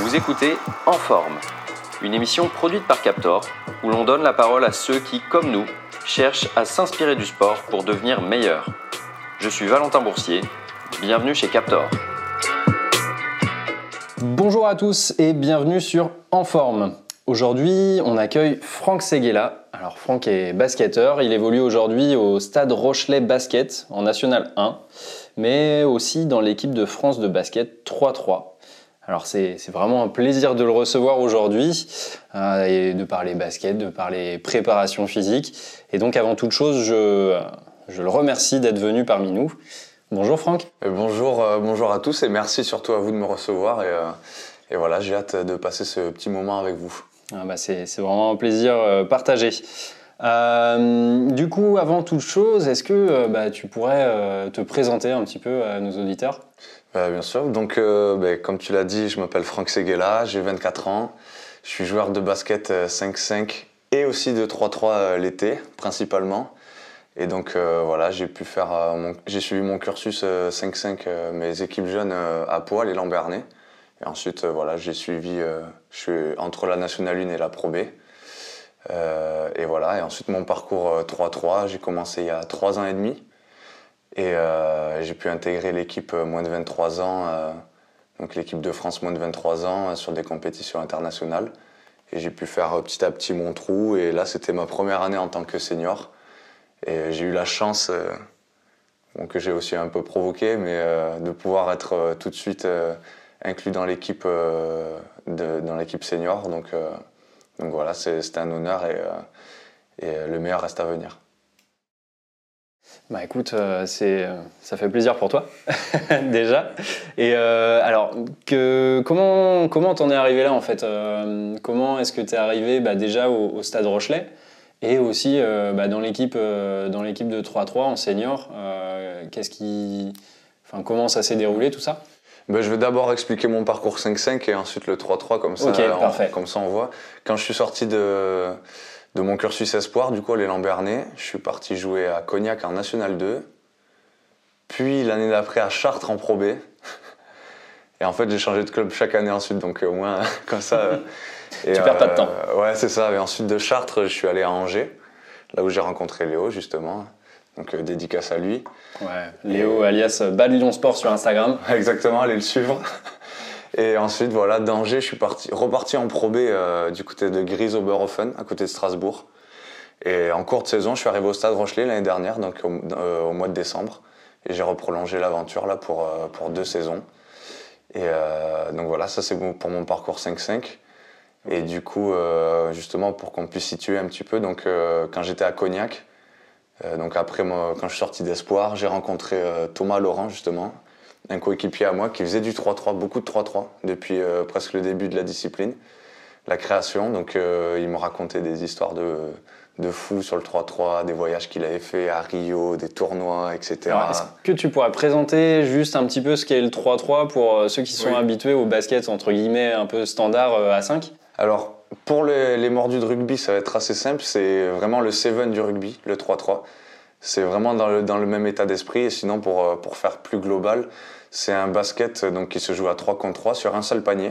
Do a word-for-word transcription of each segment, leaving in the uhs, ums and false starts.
Vous écoutez En Forme, une émission produite par Captor, où l'on donne la parole à ceux qui, comme nous, cherchent à s'inspirer du sport pour devenir meilleurs. Je suis Valentin Boursier, bienvenue chez Captor. Bonjour à tous et bienvenue sur En Forme. Aujourd'hui, on accueille Franck Seguela. Alors Franck est basketteur, il évolue aujourd'hui au Stade Rochelet Basket en National un, mais aussi dans l'équipe de France de basket trois trois. Alors c'est, c'est vraiment un plaisir de le recevoir aujourd'hui, euh, et de parler basket, de parler préparation physique. Et donc avant toute chose, je, je le remercie d'être venu parmi nous. Bonjour Franck. Et bonjour, euh, bonjour à tous et merci surtout à vous de me recevoir. Et, euh, et voilà, j'ai hâte de passer ce petit moment avec vous. Ah bah c'est, c'est vraiment un plaisir euh, partagé. Euh, du coup, avant toute chose, est-ce que euh, bah, tu pourrais euh, te présenter un petit peu à nos auditeurs ? Euh, bien sûr, donc euh, bah, comme tu l'as dit, je m'appelle Franck Seguela, j'ai vingt-quatre ans, je suis joueur de basket cinq cinq et aussi de trois trois euh, l'été principalement. Et donc euh, voilà, j'ai pu faire, euh, mon, j'ai suivi mon cursus euh, cinq cinq, euh, mes équipes jeunes euh, à Pau, les Lambernais. Et ensuite, euh, voilà, j'ai suivi, euh, je suis entre la National un et la Pro B. Euh, et voilà, et ensuite mon parcours euh, trois trois, j'ai commencé il y a trois ans et demi. Et euh, j'ai pu intégrer l'équipe euh, moins de vingt-trois ans, euh, donc l'équipe de France moins de vingt-trois ans, euh, sur des compétitions internationales. Et j'ai pu faire euh, petit à petit mon trou. Et là, c'était ma première année en tant que senior. Et j'ai eu la chance, euh, bon, que j'ai aussi un peu provoqué, mais euh, de pouvoir être euh, tout de suite euh, inclus dans l'équipe, euh, de, dans l'équipe senior. Donc, euh, donc voilà, c'est, c'était un honneur et, euh, et le meilleur reste à venir. Bah écoute, euh, c'est, euh, ça fait plaisir pour toi, déjà. Et euh, alors, que, comment, comment t'en es arrivé là en fait euh, Comment est-ce que t'es arrivé bah, déjà au, au Stade Rochelet et aussi euh, bah, dans, l'équipe, euh, dans l'équipe de trois trois en senior euh, qu'est-ce qui, enfin, comment ça s'est déroulé tout ça ? Ben, je vais d'abord expliquer mon parcours cinq cinq et ensuite le trois trois, comme ça, okay, on, comme ça on voit. Quand je suis sorti de, de mon cursus espoir, du coup, les Lambernais, je suis parti jouer à Cognac en National deux, puis l'année d'après à Chartres en Pro B. Et en fait, j'ai changé de club chaque année ensuite, donc au moins, comme ça... Et, tu euh, perds pas de temps. Ouais, c'est ça. Et ensuite de Chartres, je suis allé à Angers, là où j'ai rencontré Léo, justement. Donc, euh, dédicace à lui. Ouais, Léo, et... alias Bad Lyon Sport sur Instagram. Exactement, allez le suivre. Et ensuite, voilà, d'Angers, je suis parti, reparti en Pro B euh, du côté de Gries-Oberhofen, à côté de Strasbourg. Et en cours de saison, je suis arrivé au Stade Rochelet l'année dernière, donc au, euh, au mois de décembre. Et j'ai reprolongé l'aventure là pour, euh, pour deux saisons. Et euh, donc voilà, ça c'est pour mon parcours cinq cinq. Et du coup, euh, justement, pour qu'on puisse situer un petit peu, donc euh, quand j'étais à Cognac, euh, donc après, moi, quand je suis sorti d'Espoir, j'ai rencontré euh, Thomas Laurent, justement, un coéquipier à moi qui faisait du trois trois, beaucoup de trois trois, depuis euh, presque le début de la discipline, la création. Donc euh, il me racontait des histoires de, de fou sur le trois trois, des voyages qu'il avait fait à Rio, des tournois, et cetera. Alors, est-ce que tu pourrais présenter juste un petit peu ce qu'est le trois trois pour ceux qui sont oui. habitués au basket, entre guillemets, un peu standard euh, à cinq ? Alors, pour les, les mordus de rugby, ça va être assez simple. C'est vraiment le seven du rugby, le trois trois. C'est vraiment dans le, dans le même état d'esprit. Et sinon, pour, pour faire plus global, c'est un basket donc, qui se joue à trois contre trois sur un seul panier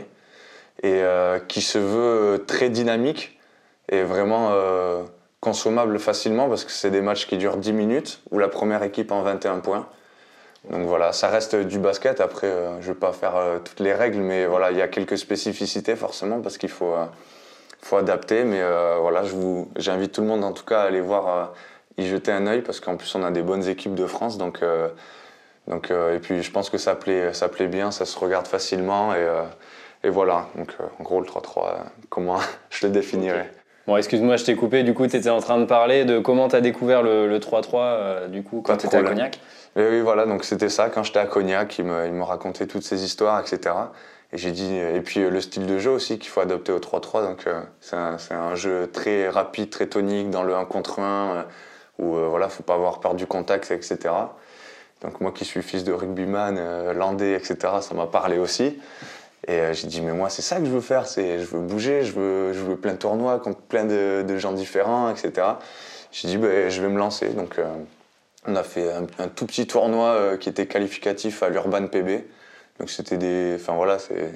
et euh, qui se veut très dynamique et vraiment euh, consommable facilement parce que c'est des matchs qui durent dix minutes où la première équipe en vingt et un points. Donc voilà, ça reste du basket. Après, euh, je ne vais pas faire euh, toutes les règles, mais voilà, il y a quelques spécificités forcément parce qu'il faut, euh, faut adapter. Mais euh, voilà, je vous, j'invite tout le monde en tout cas à aller voir, euh, y jeter un œil parce qu'en plus on a des bonnes équipes de France. Donc, euh, donc, euh, et puis je pense que ça plaît, ça plaît bien, ça se regarde facilement. Et, euh, et voilà, donc euh, en gros le trois trois, euh, comment je le définirais. Okay. Bon, excuse-moi, je t'ai coupé. Du coup, tu étais en train de parler de comment tu as découvert le, le trois trois euh, du coup, quand tu étais à Cognac. Et oui, voilà, donc c'était ça. Quand j'étais à Cognac, il me, il me racontait toutes ces histoires, et cetera. Et j'ai dit, et puis euh, le style de jeu aussi qu'il faut adopter au trois trois. Donc euh, c'est, un, c'est un jeu très rapide, très tonique dans le un contre un, euh, où euh, voilà, faut pas avoir peur du contact, et cetera. Donc moi qui suis fils de rugbyman, euh, landais, et cetera, ça m'a parlé aussi. Et euh, j'ai dit, mais moi c'est ça que je veux faire, c'est, je veux bouger, je veux jouer plein de tournois contre plein de, de gens différents, et cetera. J'ai dit, bah, je vais me lancer. Donc, euh, on a fait un, un tout petit tournoi euh, qui était qualificatif à l'Urban P B. Donc c'était des, enfin voilà, c'est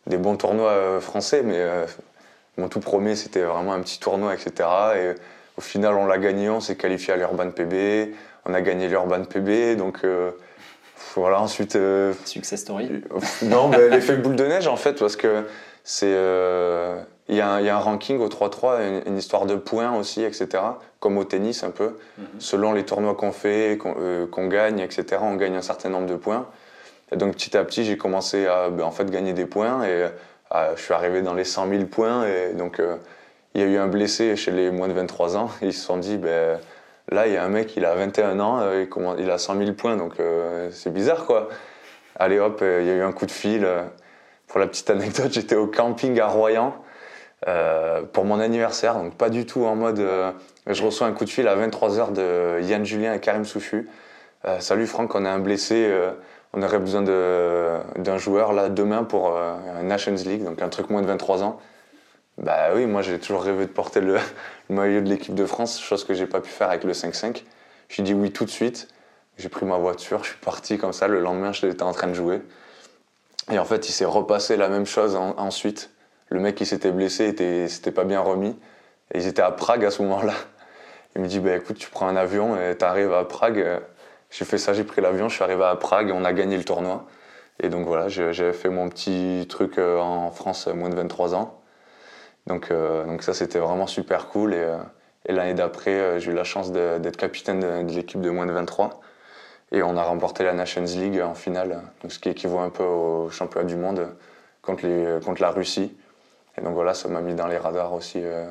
des bons tournois euh, français, mais euh, mon tout premier, c'était vraiment un petit tournoi, et cetera. Et au final, on l'a gagné, on s'est qualifié à l'Urban P B, on a gagné l'Urban P B, donc euh, voilà, ensuite... Euh, Success story. Non, bah, l'effet boule de neige, en fait, parce que c'est... Euh, Il y, a un, il y a un ranking au trois trois, une, une histoire de points aussi, et cetera. Comme au tennis un peu. Mm-hmm. Selon les tournois qu'on fait, qu'on, euh, qu'on gagne, et cetera, on gagne un certain nombre de points. Et donc petit à petit, j'ai commencé à ben, en fait, gagner des points et à, je suis arrivé dans les cent mille points. Et donc euh, il y a eu un blessé chez les moins de vingt-trois ans. Et ils se sont dit, ben, là, il y a un mec, il a vingt et un ans, euh, il a cent mille points, donc euh, c'est bizarre quoi. Allez hop, euh, il y a eu un coup de fil. Pour la petite anecdote, j'étais au camping à Royan. Euh, pour mon anniversaire, donc pas du tout en mode euh, je reçois un coup de fil à vingt-trois heures de Yann Julien et Karim Souffu. Euh, salut Franck, on a un blessé, euh, on aurait besoin de, d'un joueur là demain pour euh, un Nations League, donc un truc moins de vingt-trois ans. Bah oui, moi j'ai toujours rêvé de porter le, le maillot de l'équipe de France, chose que j'ai pas pu faire avec le cinq cinq. J'ai dit oui tout de suite, j'ai pris ma voiture, je suis parti comme ça, le lendemain j'étais en train de jouer. Et en fait il s'est repassé la même chose en, ensuite. Le mec qui s'était blessé était, s'était pas bien remis. Et ils étaient à Prague à ce moment-là. Il me dit bah, écoute, tu prends un avion et tu arrives à Prague. J'ai fait ça, j'ai pris l'avion, je suis arrivé à Prague, on a gagné le tournoi. Et donc voilà, j'avais fait mon petit truc en France, moins de vingt-trois ans. Donc, euh, donc ça, c'était vraiment super cool. Et, euh, et l'année d'après, j'ai eu la chance de, d'être capitaine de, de l'équipe de moins de vingt-trois. Et on a remporté la Nations League en finale, donc ce qui équivaut un peu au championnat du monde contre, les, contre la Russie. Et donc voilà, ça m'a mis dans les radars aussi euh,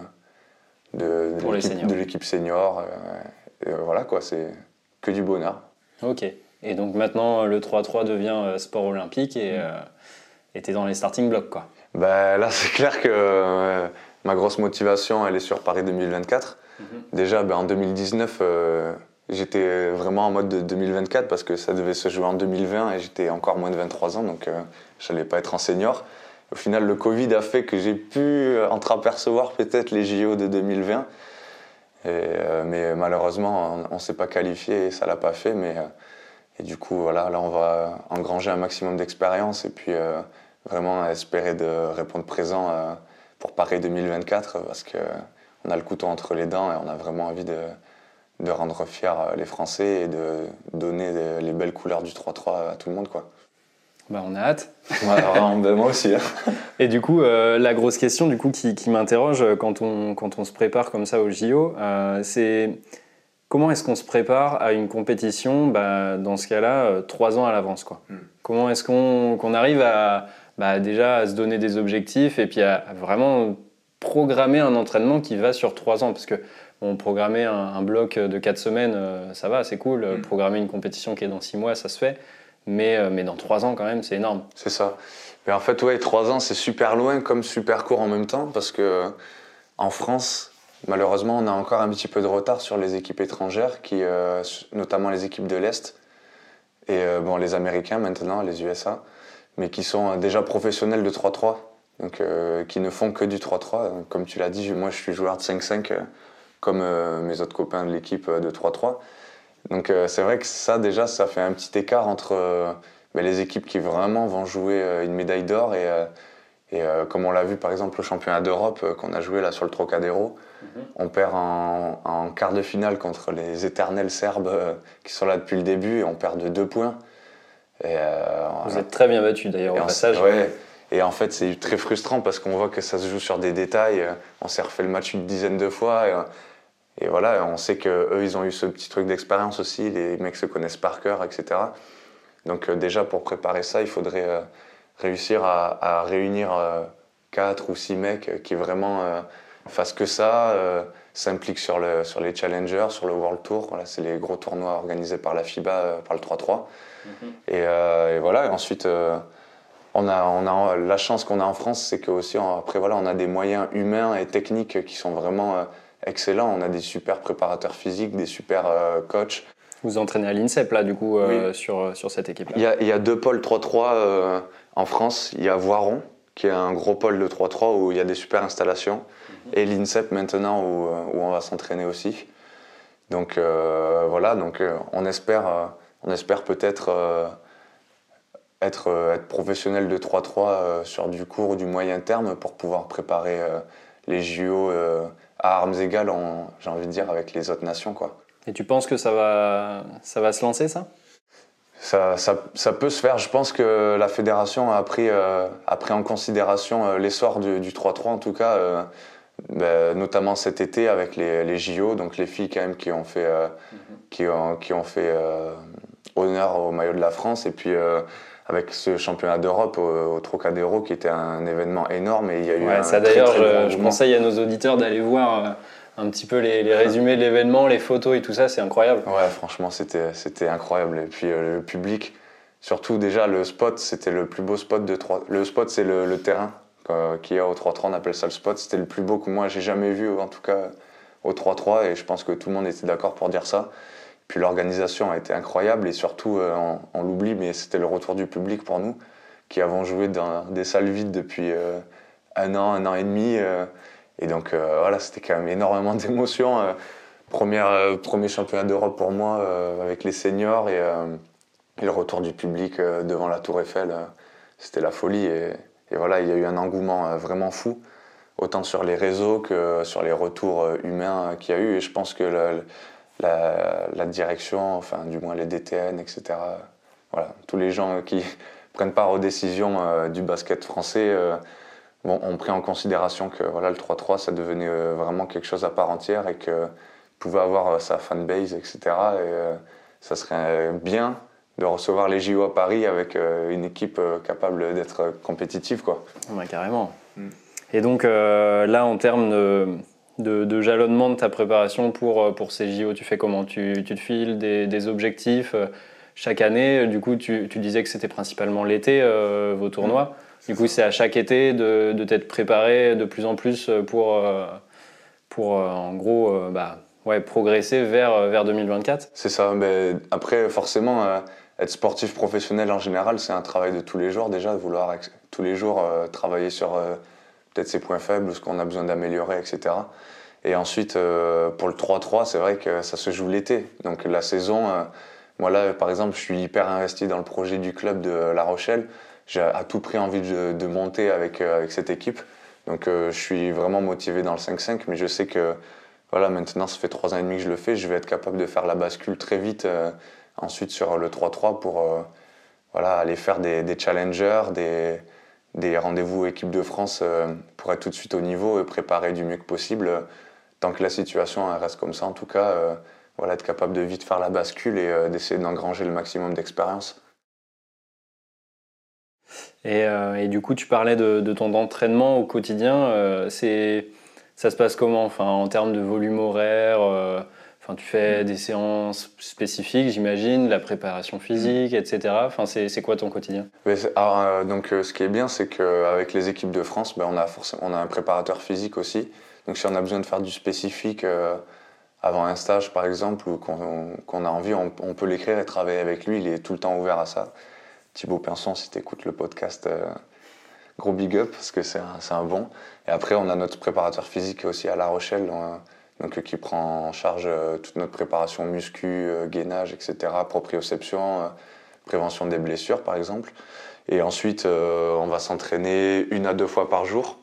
de, de, l'équipe, de l'équipe senior. Euh, et voilà quoi, c'est que du bonheur. Ok. Et donc maintenant, le trois trois devient euh, sport olympique et euh, t'es dans les starting blocks quoi. Bah, là, c'est clair que euh, ma grosse motivation, elle est sur Paris deux mille vingt-quatre. Mm-hmm. Déjà, bah, en deux mille dix-neuf, euh, j'étais vraiment en mode de deux mille vingt-quatre parce que ça devait se jouer en deux mille vingt et j'étais encore moins de vingt-trois ans, donc euh, je n'allais pas être en senior. Au final, le Covid a fait que j'ai pu entreapercevoir peut-être les J O de deux mille vingt. Et, euh, mais malheureusement, on ne s'est pas qualifié et ça ne l'a pas fait. Mais, euh, et du coup, voilà, là, on va engranger un maximum d'expérience et puis euh, vraiment espérer de répondre présent euh, pour Paris deux mille vingt-quatre parce qu'on a le couteau entre les dents et on a vraiment envie de, de rendre fiers les Français et de donner les belles couleurs du trois trois à tout le monde, quoi. Bah, on a hâte. Ouais, alors, ben moi aussi. Hein. Et du coup, euh, la grosse question du coup, qui, qui m'interroge quand on, quand on se prépare comme ça au J O, euh, c'est comment est-ce qu'on se prépare à une compétition, bah, dans ce cas-là, euh, trois ans à l'avance quoi. Mm. Comment est-ce qu'on, qu'on arrive à, bah, déjà à se donner des objectifs et puis à, à vraiment programmer un entraînement qui va sur trois ans parce que bon, programmer un, un bloc de quatre semaines, euh, ça va, c'est cool. Mm. Programmer une compétition qui est dans six mois, ça se fait. Mais, euh, mais dans trois ans, quand même, c'est énorme. C'est ça. Mais en fait, ouais, trois ans, c'est super loin comme super court en même temps parce que en France, malheureusement, on a encore un petit peu de retard sur les équipes étrangères, qui, euh, notamment les équipes de l'Est et euh, bon, les Américains maintenant, les U S A, mais qui sont déjà professionnels de trois trois, donc euh, qui ne font que du trois trois. Donc, comme tu l'as dit, moi, je suis joueur de cinq cinq euh, comme euh, mes autres copains de l'équipe de trois trois. Donc euh, c'est vrai que ça déjà ça fait un petit écart entre euh, ben, les équipes qui vraiment vont jouer euh, une médaille d'or et, euh, et euh, comme on l'a vu par exemple au championnat d'Europe euh, qu'on a joué là sur le Trocadéro, mm-hmm. on perd en, en quart de finale contre les éternels Serbes euh, qui sont là depuis le début et on perd de deux points. Et, euh, Vous voilà. êtes très bien battu d'ailleurs et au passage. Ouais. Et en fait c'est très frustrant parce qu'on voit que ça se joue sur des détails, on s'est refait le match une dizaine de fois. Et, Et voilà, on sait qu'eux, ils ont eu ce petit truc d'expérience aussi, les mecs se connaissent par cœur, et cetera. Donc euh, déjà, pour préparer ça, il faudrait euh, réussir à, à réunir euh, quatre ou six mecs qui vraiment euh, fassent que ça, euh, s'impliquent sur, le, sur les challengers, sur le World Tour. Voilà, c'est les gros tournois organisés par la FIBA, euh, par le trois trois. Mm-hmm. Et, euh, et voilà, et ensuite, euh, on a, on a, la chance qu'on a en France, c'est qu'aussi, après, voilà, on a des moyens humains et techniques qui sont vraiment... Euh, excellent, on a des super préparateurs physiques, des super euh, coachs. Vous entraînez à l'INSEP là du coup euh, oui. sur, sur cette équipe-là. Il y a, il y a deux pôles trois trois euh, en France. Il y a Voiron qui est un gros pôle de trois trois où il y a des super installations mm-hmm. et l'INSEP maintenant où, où on va s'entraîner aussi. Donc euh, voilà, donc euh, on espère, euh, on espère peut-être euh, être, euh, être professionnel de trois trois euh, sur du court ou du moyen terme pour pouvoir préparer euh, les J O euh, à armes égales, en- j'ai envie de dire, avec les autres nations, quoi. Et tu penses que ça va, ça va se lancer, ça? Ça, ça, ça peut se faire. Je pense que la fédération a pris, euh, a pris en considération euh, l'essor du, du trois trois, en tout cas, euh, ben, notamment cet été avec les, les J O, donc les filles quand même qui ont fait, euh, mm-hmm. qui ont, qui ont fait euh, honneur au maillot de la France, et puis euh, avec ce championnat d'Europe au, au Trocadéro qui était un événement énorme, et il y a eu ouais, un ça très, d'ailleurs, très grand je, je conseille à nos auditeurs d'aller voir euh, un petit peu les, les résumés de l'événement, les photos et tout ça, c'est incroyable. Ouais, franchement, c'était, c'était incroyable. Et puis euh, le public, surtout déjà le spot, c'était le plus beau spot de trois. Le spot, c'est le, le terrain euh, qu'il y a au trois trois, on appelle ça le spot. C'était le plus beau que moi j'ai jamais vu, en tout cas au trois trois, et je pense que tout le monde était d'accord pour dire ça. Puis l'organisation a été incroyable, et surtout, euh, on, on l'oublie, mais c'était le retour du public pour nous, qui avons joué dans des salles vides depuis euh, un an, un an et demi. Euh, et donc euh, voilà, c'était quand même énormément d'émotions. Euh, première, euh, premier championnat d'Europe pour moi euh, avec les seniors, et, euh, et le retour du public euh, devant la Tour Eiffel, euh, c'était la folie. Et, et voilà, il y a eu un engouement euh, vraiment fou, autant sur les réseaux que sur les retours euh, humains euh, qu'il y a eu. Et je pense que la, la, la direction, enfin du moins les D T N, et cetera, voilà, tous les gens qui prennent part aux décisions euh, du basket français euh, bon, ont pris en considération que voilà, le trois trois, ça devenait euh, vraiment quelque chose à part entière, et que pouvait avoir euh, sa fanbase, et cetera. Et euh, ça serait bien de recevoir les J O à Paris avec euh, une équipe euh, capable d'être compétitive, quoi. Ouais, carrément. Mm. Et donc euh, là, en termes de, de, de jalonnement de ta préparation pour, pour ces J O, tu fais comment? tu, tu te files des, des objectifs euh, chaque année? Du coup, tu, tu disais que c'était principalement l'été, euh, vos tournois. Mm. Du coup, c'est à chaque été de, de t'être préparé de plus en plus pour, euh, pour euh, en gros, euh, bah, ouais, progresser vers, vers deux mille vingt-quatre. C'est ça. Mais après, forcément, euh, être sportif professionnel en général, c'est un travail de tous les jours déjà, de vouloir tous les jours euh, travailler sur euh, peut-être ses points faibles, ce qu'on a besoin d'améliorer, et cetera. Et ensuite, euh, pour le trois trois, c'est vrai que ça se joue l'été. Donc la saison, euh, moi là, par exemple, je suis hyper investi dans le projet du club de La Rochelle. J'ai à tout prix envie de, de monter avec, euh, avec cette équipe. Donc euh, je suis vraiment motivé dans le cinq cinq, mais je sais que voilà, maintenant, ça fait trois ans et demi que je le fais. Je vais être capable de faire la bascule très vite euh, ensuite sur le trois trois pour euh, voilà, aller faire des, des challengers, des, des rendez-vous équipe de France euh, pour être tout de suite au niveau et préparer du mieux que possible. Euh, tant que la situation elle reste comme ça, en tout cas, euh, voilà, être capable de vite faire la bascule et euh, d'essayer d'engranger le maximum d'expérience. Et, euh, et du coup, tu parlais de, de ton entraînement au quotidien. Euh, c'est... Ça se passe comment, enfin, en termes de volume horaire? euh, enfin, tu fais des séances spécifiques, j'imagine, la préparation physique, et cetera. Enfin, c'est, c'est quoi ton quotidien? Mais alors, euh, donc, euh, ce qui est bien, c'est qu'avec les équipes de France, ben, on, a forcément, on a un préparateur physique aussi. Donc si on a besoin de faire du spécifique euh, avant un stage, par exemple, ou qu'on, qu'on a envie, on, on peut l'écrire et travailler avec lui. Il est tout le temps ouvert à ça. Thibaut Pinson, si tu écoutes le podcast... Euh, gros big up parce que c'est un, c'est un bon. Et après, on a notre préparateur physique aussi à La Rochelle, donc, qui prend en charge euh, toute notre préparation muscu, euh, gainage, et cetera, proprioception, euh, prévention des blessures, par exemple. Et ensuite, euh, on va s'entraîner une à deux fois par jour,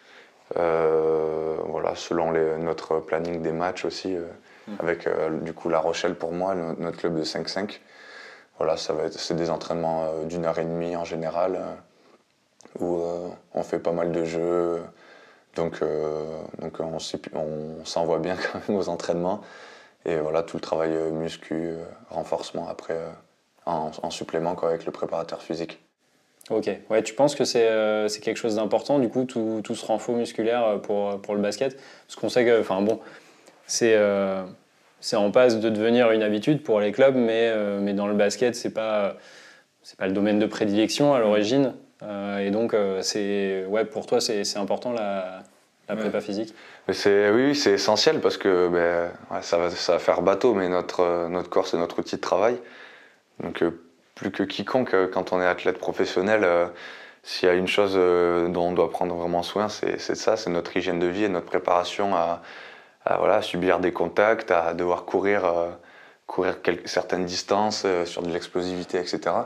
euh, voilà, selon les, notre planning des matchs aussi, euh, mmh. avec euh, du coup La Rochelle pour moi, le, notre club de cinq cinq. Voilà, ça va être, c'est des entraînements euh, d'une heure et demie en général. Euh, où euh, on fait pas mal de jeux, donc, euh, donc on, on s'envoie bien quand même aux entraînements. Et voilà, tout le travail muscu, euh, renforcement après, euh, en, en supplément quoi, avec le préparateur physique. Ok, ouais, tu penses que c'est, euh, c'est quelque chose d'important, du coup, tout, tout ce renfort musculaire pour, pour le basket? Parce qu'on sait que, enfin bon, c'est, euh, c'est en passe de devenir une habitude pour les clubs, mais, euh, mais dans le basket, c'est pas, c'est pas le domaine de prédilection à l'origine. Euh, et donc, euh, c'est, ouais, pour toi, c'est, c'est important la, la prépa ouais. physique? Mais c'est, oui, c'est essentiel parce que ben, ouais, ça, va, ça va faire bateau, mais notre, notre corps, c'est notre outil de travail. Donc, euh, plus que quiconque, quand on est athlète professionnel, euh, s'il y a une chose euh, dont on doit prendre vraiment soin, c'est, c'est ça, c'est notre hygiène de vie et notre préparation à, à voilà, subir des contacts, à devoir courir, euh, courir quelques, certaines distances euh, sur de l'explosivité, et cetera.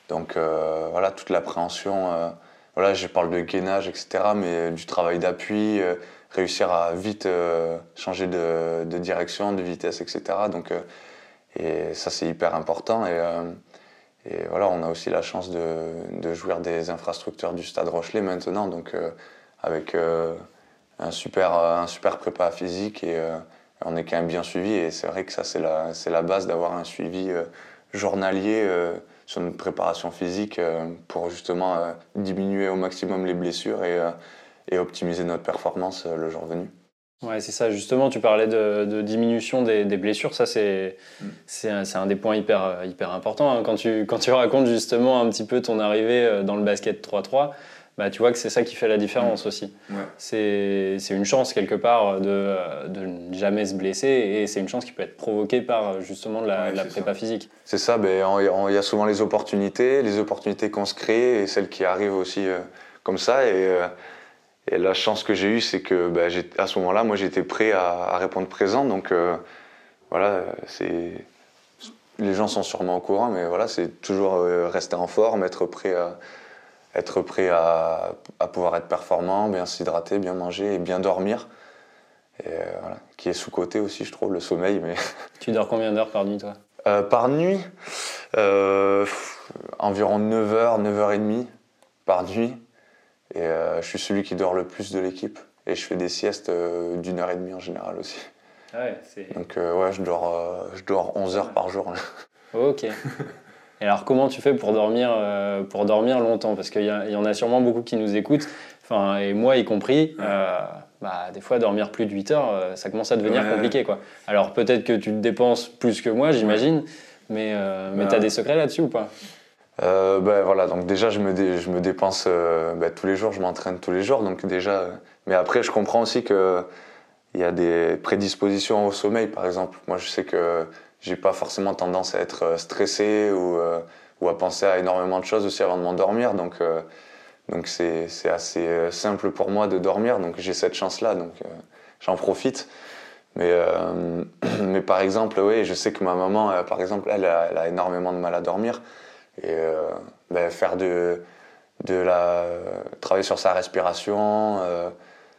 Donc euh, voilà, toute l'appréhension, euh, voilà, je parle de gainage, et cetera, mais du travail d'appui, euh, réussir à vite euh, changer de, de direction, de vitesse, et cetera. Donc, euh, et ça, c'est hyper important. Et, euh, et voilà, on a aussi la chance de, de jouir des infrastructures du Stade Rochelet maintenant, donc euh, avec euh, un, super, un super prépa physique et euh, on est quand même bien suivi. Et c'est vrai que ça, c'est la, c'est la base d'avoir un suivi euh, journalier euh, sur notre préparation physique euh, pour justement euh, diminuer au maximum les blessures et, euh, et optimiser notre performance euh, le jour venu. Ouais, c'est ça. Justement, tu parlais de, de diminution des, des blessures. Ça, c'est, mm. c'est, un, c'est un des points hyper, hyper importants. Hein. Quand tu, quand tu racontes justement un petit peu ton arrivée dans le basket trois trois, bah, tu vois que c'est ça qui fait la différence mmh. aussi. Ouais. C'est, c'est une chance quelque part de, de ne jamais se blesser et c'est une chance qui peut être provoquée par justement la, ouais, la prépa ça. physique. C'est ça, il y a souvent les opportunités, les opportunités qu'on se crée et celles qui arrivent aussi euh, comme ça. Et, euh, et la chance que j'ai eue, c'est que bah, à ce moment-là, moi j'étais prêt à, à répondre présent. Donc euh, voilà, c'est... les gens sont sûrement au courant, mais voilà, c'est toujours euh, rester en forme, être prêt à... être prêt à, à pouvoir être performant, bien s'hydrater, bien manger et bien dormir. Et euh, voilà, qui est sous-coté aussi, je trouve, le sommeil. Mais... Tu dors combien d'heures par nuit, toi ? euh, Par nuit, euh, environ neuf heures, neuf heures trente par nuit. Et euh, je suis celui qui dort le plus de l'équipe. Et je fais des siestes euh, d'une heure et demie en général aussi. Ah ouais, c'est... Donc euh, ouais, je dors, euh, je dors onze heures par jour. Ok. Et alors, comment tu fais pour dormir, euh, pour dormir longtemps ? Parce qu'il y, y en a sûrement beaucoup qui nous écoutent, enfin, et moi y compris. Ouais. Euh, bah, des fois, dormir plus de huit heures, euh, ça commence à devenir ouais. compliqué, quoi. Alors, peut-être que tu te dépenses plus que moi, j'imagine, ouais. mais, euh, mais bah, tu as des secrets là-dessus ou pas ? euh, bah, voilà, donc déjà, je me, dé, je me dépense euh, bah, tous les jours, je m'entraîne tous les jours. Donc déjà, euh, mais après, je comprends aussi qu'il y a des prédispositions au sommeil, par exemple. Moi, je sais que j'ai pas forcément tendance à être stressé ou, euh, ou à penser à énormément de choses aussi avant de m'endormir. Donc, euh, donc c'est, c'est assez simple pour moi de dormir. Donc j'ai cette chance-là, donc euh, j'en profite. Mais, euh, mais par exemple, oui, je sais que ma maman, euh, par exemple, elle a, elle a énormément de mal à dormir. Et euh, ben, faire de, de la, travailler sur sa respiration, euh,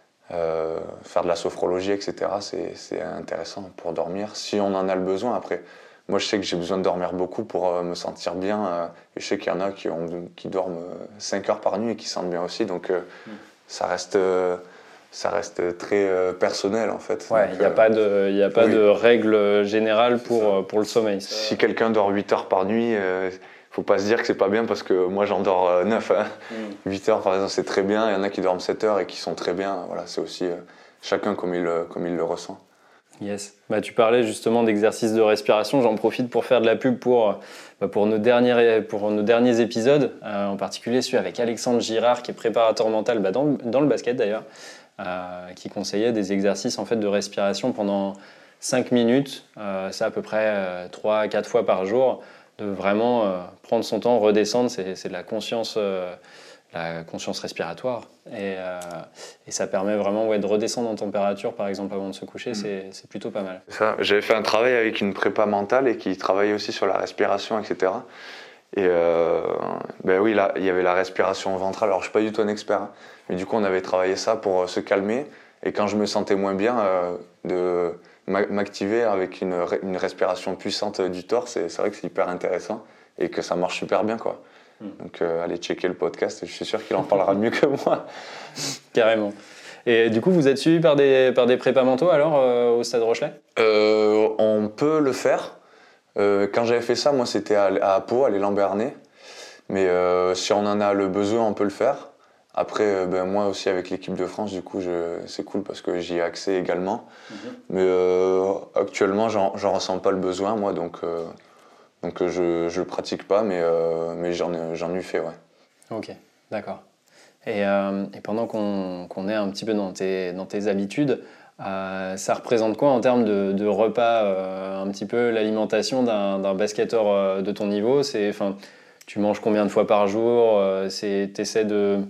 Euh, faire de la sophrologie, et cetera, c'est, c'est intéressant pour dormir, si on en a le besoin. Après, moi, je sais que j'ai besoin de dormir beaucoup pour euh, me sentir bien. Euh, et je sais qu'il y en a qui, ont, qui dorment cinq heures par nuit et qui se sentent bien aussi. Donc, euh, mmh. ça, reste, euh, ça reste très euh, personnel, en fait. Ouais, il n'y a, euh, pas de, y a pas oui. de règle générale pour, pour le sommeil. Ça. Si quelqu'un dort huit heures par nuit, euh, faut pas se dire que c'est pas bien parce que moi j'en dors neuf. Hein. Mm. huit heures par exemple, c'est très bien. Il y en a qui dorment sept heures et qui sont très bien. Voilà, c'est aussi euh, chacun comme il, comme il le ressent. Yes. Bah, tu parlais justement d'exercices de respiration. J'en profite pour faire de la pub pour, bah, pour, nos, derniers, pour nos derniers épisodes, euh, en particulier celui avec Alexandre Girard qui est préparateur mental bah, dans, dans le basket d'ailleurs, euh, qui conseillait des exercices en fait, de respiration pendant cinq minutes. Euh, c'est à peu près euh, trois à quatre fois par jour. De vraiment euh, prendre son temps, redescendre, c'est, c'est de la conscience, euh, la conscience respiratoire. Et, euh, et ça permet vraiment ouais, de redescendre en température, par exemple, avant de se coucher, mmh. c'est, c'est plutôt pas mal. Ça, j'avais fait un travail avec une prépa mentale et qui travaillait aussi sur la respiration, et cetera. Et euh, ben oui, là, il y avait la respiration ventrale. Alors, je ne suis pas du tout un expert, hein, mais du coup, on avait travaillé ça pour euh, se calmer. Et quand je me sentais moins bien, euh, de... m'activer avec une, une respiration puissante du torse, et c'est vrai que c'est hyper intéressant et que ça marche super bien, quoi. Mm. Donc euh, allez checker le podcast, je suis sûr qu'il en parlera mieux que moi. Carrément. Et du coup, vous êtes suivi par des, par des prépas mentaux alors euh, au Stade Rochelet ? euh, On peut le faire. Euh, quand j'avais fait ça, moi c'était à, à Pau, à l'élan Béarnais. Mais euh, si on en a le besoin, on peut le faire. Après, ben, moi aussi avec l'équipe de France, du coup, je, c'est cool parce que j'y ai accès également. Mm-hmm. Mais euh, actuellement, j'en, j'en ressens pas le besoin, moi, donc, euh, donc je ne le pratique pas, mais, euh, mais j'en, ai, j'en ai fait, ouais. Ok, d'accord. Et, euh, et pendant qu'on, qu'on est un petit peu dans tes, dans tes habitudes, euh, ça représente quoi en termes de, de repas, euh, un petit peu l'alimentation d'un, d'un basketteur euh, de ton niveau ? C'est, tu manges combien de fois par jour ? Tu essaies de...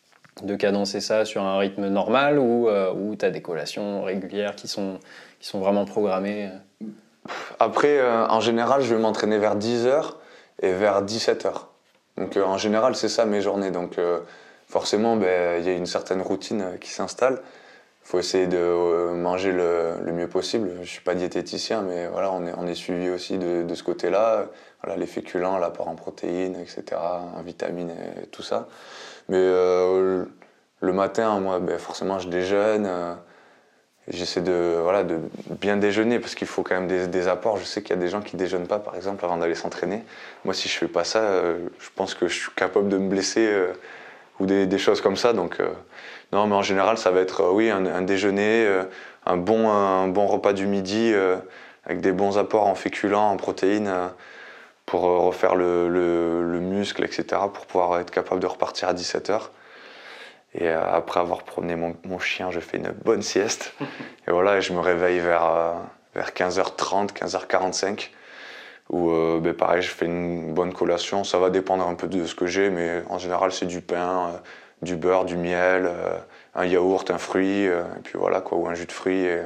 de cadencer ça sur un rythme normal ou, euh, ou tu as des collations régulières qui sont, qui sont vraiment programmées ? Après, euh, en général, je vais m'entraîner vers dix heures et vers dix-sept heures. Donc euh, en général, c'est ça mes journées. Donc euh, forcément, ben, y a une certaine routine euh, qui s'installe. Il faut essayer de euh, manger le, le mieux possible. Je ne suis pas diététicien, mais voilà, on est, on est suivi aussi de, de ce côté-là. Voilà, les féculents, l'apport en protéines, et cetera, en vitamines et tout ça. Mais euh, le matin, moi, ben, forcément, je déjeune. Euh, J'essaie de, voilà, de bien déjeuner parce qu'il faut quand même des, des apports. Je sais qu'il y a des gens qui ne déjeunent pas, par exemple, avant d'aller s'entraîner. Moi, si je ne fais pas ça, euh, je pense que je suis capable de me blesser euh, ou des, des choses comme ça. Donc, euh, non, mais en général, ça va être, euh, oui, un, un déjeuner, euh, un, bon, un bon repas du midi euh, avec des bons apports en féculents, en protéines euh, pour euh, refaire le, le, le muscle, et cetera, pour pouvoir être capable de repartir à dix-sept heures. Et euh, après avoir promené mon, mon chien, je fais une bonne sieste. Et voilà, je me réveille vers, euh, vers quinze heures trente, quinze heures quarante-cinq. Où euh, ben pareil, je fais une bonne collation. Ça va dépendre un peu de ce que j'ai, mais en général, c'est du pain, euh, du beurre, du miel, euh, un yaourt, un fruit, euh, et puis voilà, quoi, ou un jus de fruits, et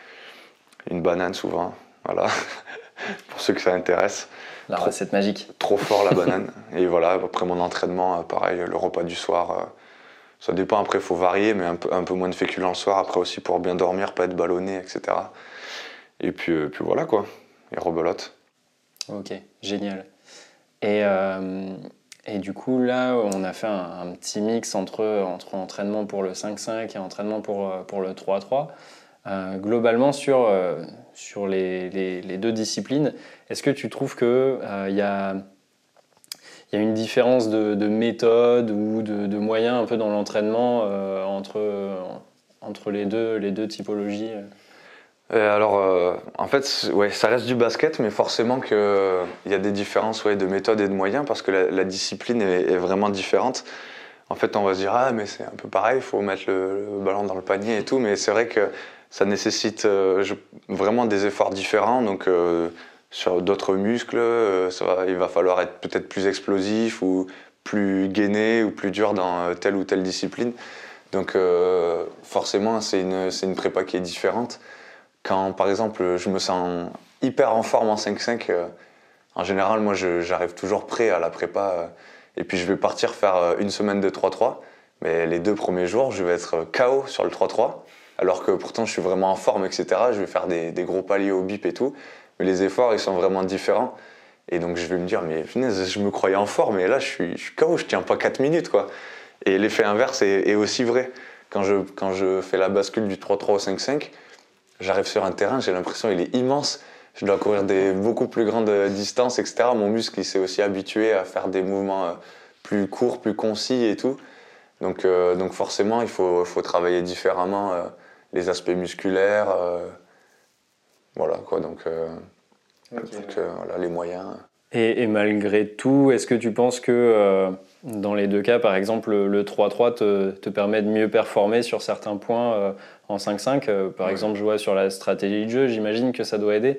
une banane souvent. Voilà, pour ceux que ça intéresse. La trop, recette magique. Trop fort la banane. Et voilà, après mon entraînement, pareil, le repas du soir. Euh, Ça dépend, après il faut varier, mais un peu, un peu moins de féculents le soir, après aussi pour bien dormir, pas être ballonné, et cetera. Et puis, euh, puis voilà quoi, et rebelote. Ok, génial. Et, euh, et du coup là, on a fait un, un petit mix entre, entre entraînement pour le cinq cinq et entraînement pour, pour le trois trois. Euh, globalement, sur, euh, sur les, les, les deux disciplines, est-ce que tu trouves qu'il euh, y a... Il y a une différence de, de méthode ou de, de moyens un peu dans l'entraînement euh, entre, euh, entre les, deux, les deux typologies euh, Alors, euh, en fait, ouais, ça reste du basket, mais forcément qu'il euh, y a des différences ouais, de méthode et de moyens parce que la, la discipline est, est vraiment différente. En fait, on va se dire, ah, mais c'est un peu pareil, il faut mettre le, le ballon dans le panier et tout, mais c'est vrai que ça nécessite euh, je, vraiment des efforts différents. Donc, euh, sur d'autres muscles, euh, ça va, il va falloir être peut-être plus explosif ou plus gainé ou plus dur dans telle ou telle discipline. Donc euh, forcément, c'est une, c'est une prépa qui est différente. Quand par exemple, je me sens hyper en forme en cinq cinq, euh, en général, moi je, j'arrive toujours prêt à la prépa euh, et puis je vais partir faire une semaine de trois trois. Mais les deux premiers jours, je vais être K O sur le trois trois, alors que pourtant je suis vraiment en forme, et cetera. Je vais faire des, des gros paliers au bip et tout. Mais les efforts, ils sont vraiment différents. Et donc, je vais me dire, mais punaise, je me croyais en forme, et là, je suis, je suis K O, je tiens pas quatre minutes, quoi. Et l'effet inverse est, est aussi vrai. Quand je, quand je fais la bascule du trois trois au cinq cinq, j'arrive sur un terrain, j'ai l'impression qu'il est immense. Je dois courir des beaucoup plus grandes distances, et cetera. Mon muscle, il s'est aussi habitué à faire des mouvements plus courts, plus concis et tout. Donc, euh, donc forcément, il faut, faut travailler différemment euh, les aspects musculaires. Euh, Voilà quoi, donc, euh, okay, donc euh, voilà, les moyens. Et, et malgré tout, est-ce que tu penses que euh, dans les deux cas, par exemple, le trois trois te, te permet de mieux performer sur certains points euh, en cinq cinq euh, Par ouais. exemple, je vois sur la stratégie de jeu, j'imagine que ça doit aider.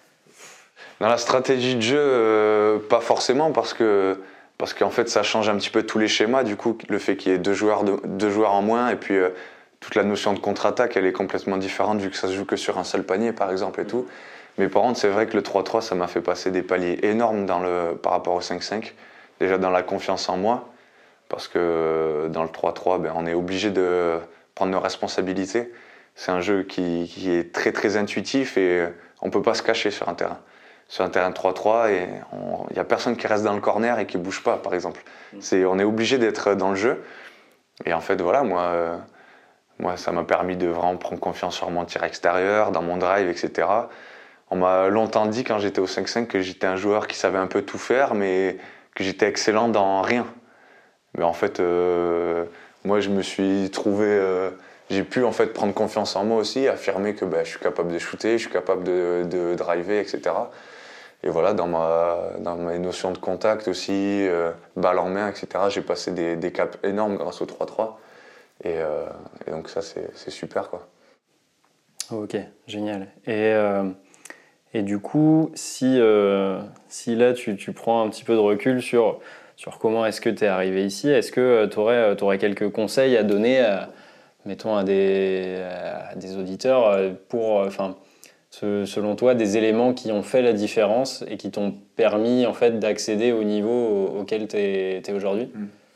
Dans la stratégie de jeu, euh, pas forcément, parce que parce qu'en fait, ça change un petit peu tous les schémas. Du coup, le fait qu'il y ait deux joueurs, de, deux joueurs en moins, et puis euh, toute la notion de contre-attaque, elle est complètement différente vu que ça se joue que sur un seul panier, par exemple, et tout. Mais par contre, c'est vrai que le trois trois, ça m'a fait passer des paliers énormes dans le, par rapport au cinq cinq. Déjà dans la confiance en moi, parce que dans le trois trois, ben, on est obligé de prendre nos responsabilités. C'est un jeu qui, qui est très très intuitif et on ne peut pas se cacher sur un terrain. Sur un terrain de trois trois, il n'y a personne qui reste dans le corner et qui ne bouge pas, par exemple. C'est, on est obligé d'être dans le jeu. Et en fait, voilà, moi... Euh, Moi, ça m'a permis de vraiment prendre confiance sur mon tir extérieur, dans mon drive, et cetera. On m'a longtemps dit quand j'étais au cinq cinq que j'étais un joueur qui savait un peu tout faire, mais que j'étais excellent dans rien. Mais en fait, euh, moi, je me suis trouvé... Euh, j'ai pu en fait prendre confiance en moi aussi, affirmer que bah, je suis capable de shooter, je suis capable de, de driver, et cetera. Et voilà, dans, ma, dans mes notions de contact aussi, euh, balle en main, et cetera, j'ai passé des, des caps énormes grâce au trois trois. Et, euh, et donc ça, c'est, c'est super, quoi. Ok, génial. Et, euh, et du coup, si, euh, si là, tu, tu prends un petit peu de recul sur, sur comment est-ce que tu es arrivé ici, est-ce que tu aurais, tu aurais quelques conseils à donner, à, mettons, à des, à des auditeurs pour, enfin, selon toi, des éléments qui ont fait la différence et qui t'ont permis en fait, d'accéder au niveau auquel tu es aujourd'hui?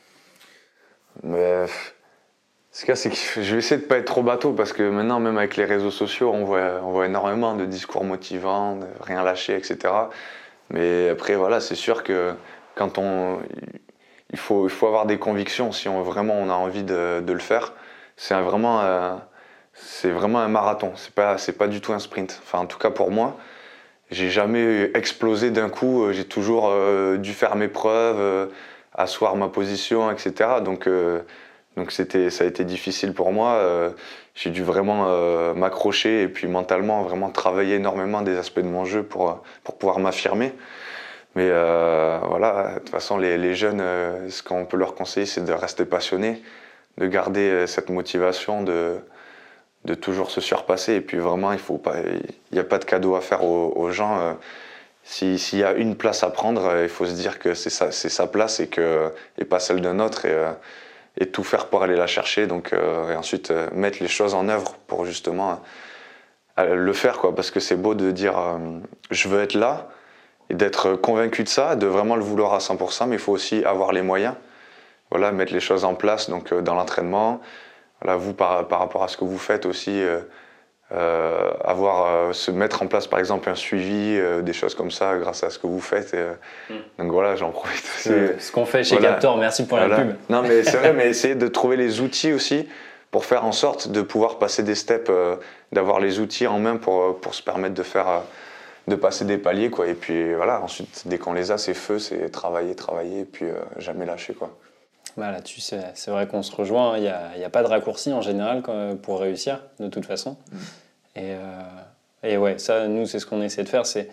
Mais, ce qu'il y a, c'est que je vais essayer de ne pas être trop bateau parce que maintenant, même avec les réseaux sociaux, on voit, on voit énormément de discours motivants, de rien lâcher, et cetera. Mais après, voilà, c'est sûr que quand on, il faut, il faut avoir des convictions si on, vraiment on a envie de, de le faire. C'est vraiment, euh, c'est vraiment un marathon, c'est pas, c'est pas du tout un sprint. Enfin, en tout cas pour moi, j'ai jamais explosé d'un coup, j'ai toujours euh, dû faire mes preuves, euh, asseoir ma position, et cetera. Donc, euh, donc c'était, ça a été difficile pour moi. Euh, j'ai dû vraiment euh, m'accrocher et puis mentalement vraiment travailler énormément des aspects de mon jeu pour, pour pouvoir m'affirmer. Mais euh, voilà, de toute façon, les, les jeunes, euh, ce qu'on peut leur conseiller, c'est de rester passionnés, de garder euh, cette motivation, de, de toujours se surpasser. Et puis vraiment, il faut pas, il n'y a pas de cadeau à faire aux, aux gens. Euh, si, s'il y a une place à prendre, euh, il faut se dire que c'est sa, c'est sa place et, que, et pas celle d'un autre. Et, euh, et tout faire pour aller la chercher. Donc, euh, et ensuite, euh, mettre les choses en œuvre pour justement euh, le faire, quoi. Parce que c'est beau de dire euh, je veux être là. Et d'être convaincu de ça, de vraiment le vouloir à cent pour cent, mais il faut aussi avoir les moyens, voilà, mettre les choses en place donc, euh, dans l'entraînement. Voilà, vous, par, par rapport à ce que vous faites aussi, euh, euh, avoir, euh, se mettre en place par exemple un suivi, euh, des choses comme ça grâce à ce que vous faites. Et, euh, mm. Donc voilà, j'en profite aussi. Euh, ce qu'on fait chez voilà. Captor, merci pour voilà. la pub. Non mais c'est vrai, mais essayer de trouver les outils aussi pour faire en sorte de pouvoir passer des steps, euh, d'avoir les outils en main pour, pour se permettre de faire... Euh, de passer des paliers, quoi. Et puis voilà, ensuite, dès qu'on les a, c'est feu, c'est travailler, travailler, et puis euh, jamais lâcher, quoi. Bah, là-dessus, c'est, c'est vrai qu'on se rejoint, il n'y a, y a pas de raccourci en général quand, pour réussir, de toute façon. Mmh. Et, euh, et ouais, ça, nous, c'est ce qu'on essaie de faire, c'est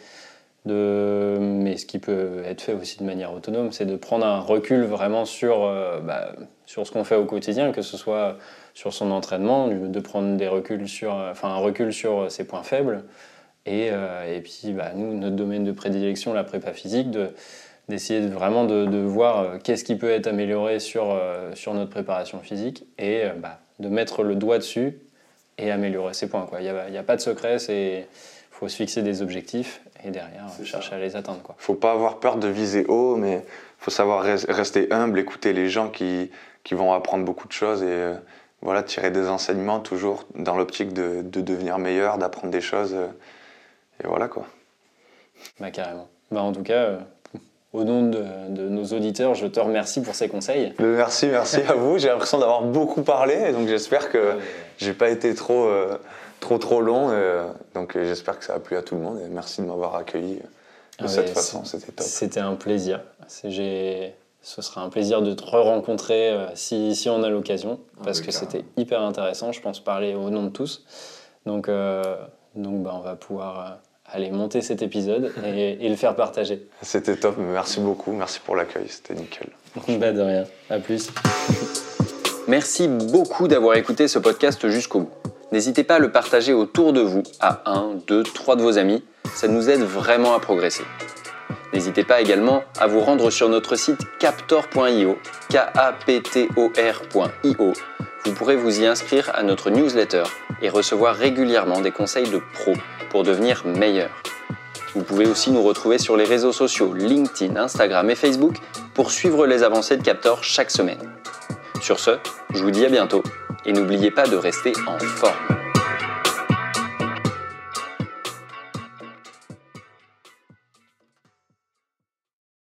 de... Mais ce qui peut être fait aussi de manière autonome, c'est de prendre un recul vraiment sur, euh, bah, sur ce qu'on fait au quotidien, que ce soit sur son entraînement, de prendre des reculs sur, enfin, un recul sur ses points faibles. Et, euh, et puis, bah, nous, notre domaine de prédilection, la prépa physique, de, d'essayer de, vraiment de, de voir euh, qu'est-ce qui peut être amélioré sur, euh, sur notre préparation physique et euh, bah, de mettre le doigt dessus et améliorer ses points. Il n'y a, y a pas de secret, il faut se fixer des objectifs et derrière c'est chercher ça. À les atteindre. Il ne faut pas avoir peur de viser haut, mais il faut savoir res- rester humble, écouter les gens qui, qui vont apprendre beaucoup de choses et euh, voilà, tirer des enseignements toujours dans l'optique de, de devenir meilleur, d'apprendre des choses. Euh, Et voilà quoi. Bah carrément. Bah en tout cas, euh, au nom de, de nos auditeurs, je te remercie pour ces conseils. Merci, merci à vous. J'ai l'impression d'avoir beaucoup parlé, donc j'espère que ouais. j'ai pas été trop, euh, trop, trop long. Et, donc j'espère que ça a plu à tout le monde. Et merci de m'avoir accueilli de ah cette ouais, façon. C'était top. C'était un plaisir. C'est, j'ai... Ce sera un plaisir de te re-rencontrer euh, si, si on a l'occasion, parce oui, que carrément. C'était hyper intéressant. Je pense parler au nom de tous. Donc, euh, donc bah, on va pouvoir. Euh, Allez, monter cet épisode et, et le faire partager. C'était top, merci beaucoup, merci pour l'accueil, c'était nickel. Bah de rien, à plus. Merci beaucoup d'avoir écouté ce podcast jusqu'au bout. N'hésitez pas à le partager autour de vous, à un, deux, trois de vos amis, ça nous aide vraiment à progresser. N'hésitez pas également à vous rendre sur notre site captor point io, K A P T O R point I O. Vous pourrez vous y inscrire à notre newsletter et recevoir régulièrement des conseils de pros pour devenir meilleur. Vous pouvez aussi nous retrouver sur les réseaux sociaux LinkedIn, Instagram et Facebook pour suivre les avancées de Captor chaque semaine. Sur ce, je vous dis à bientôt et n'oubliez pas de rester en forme.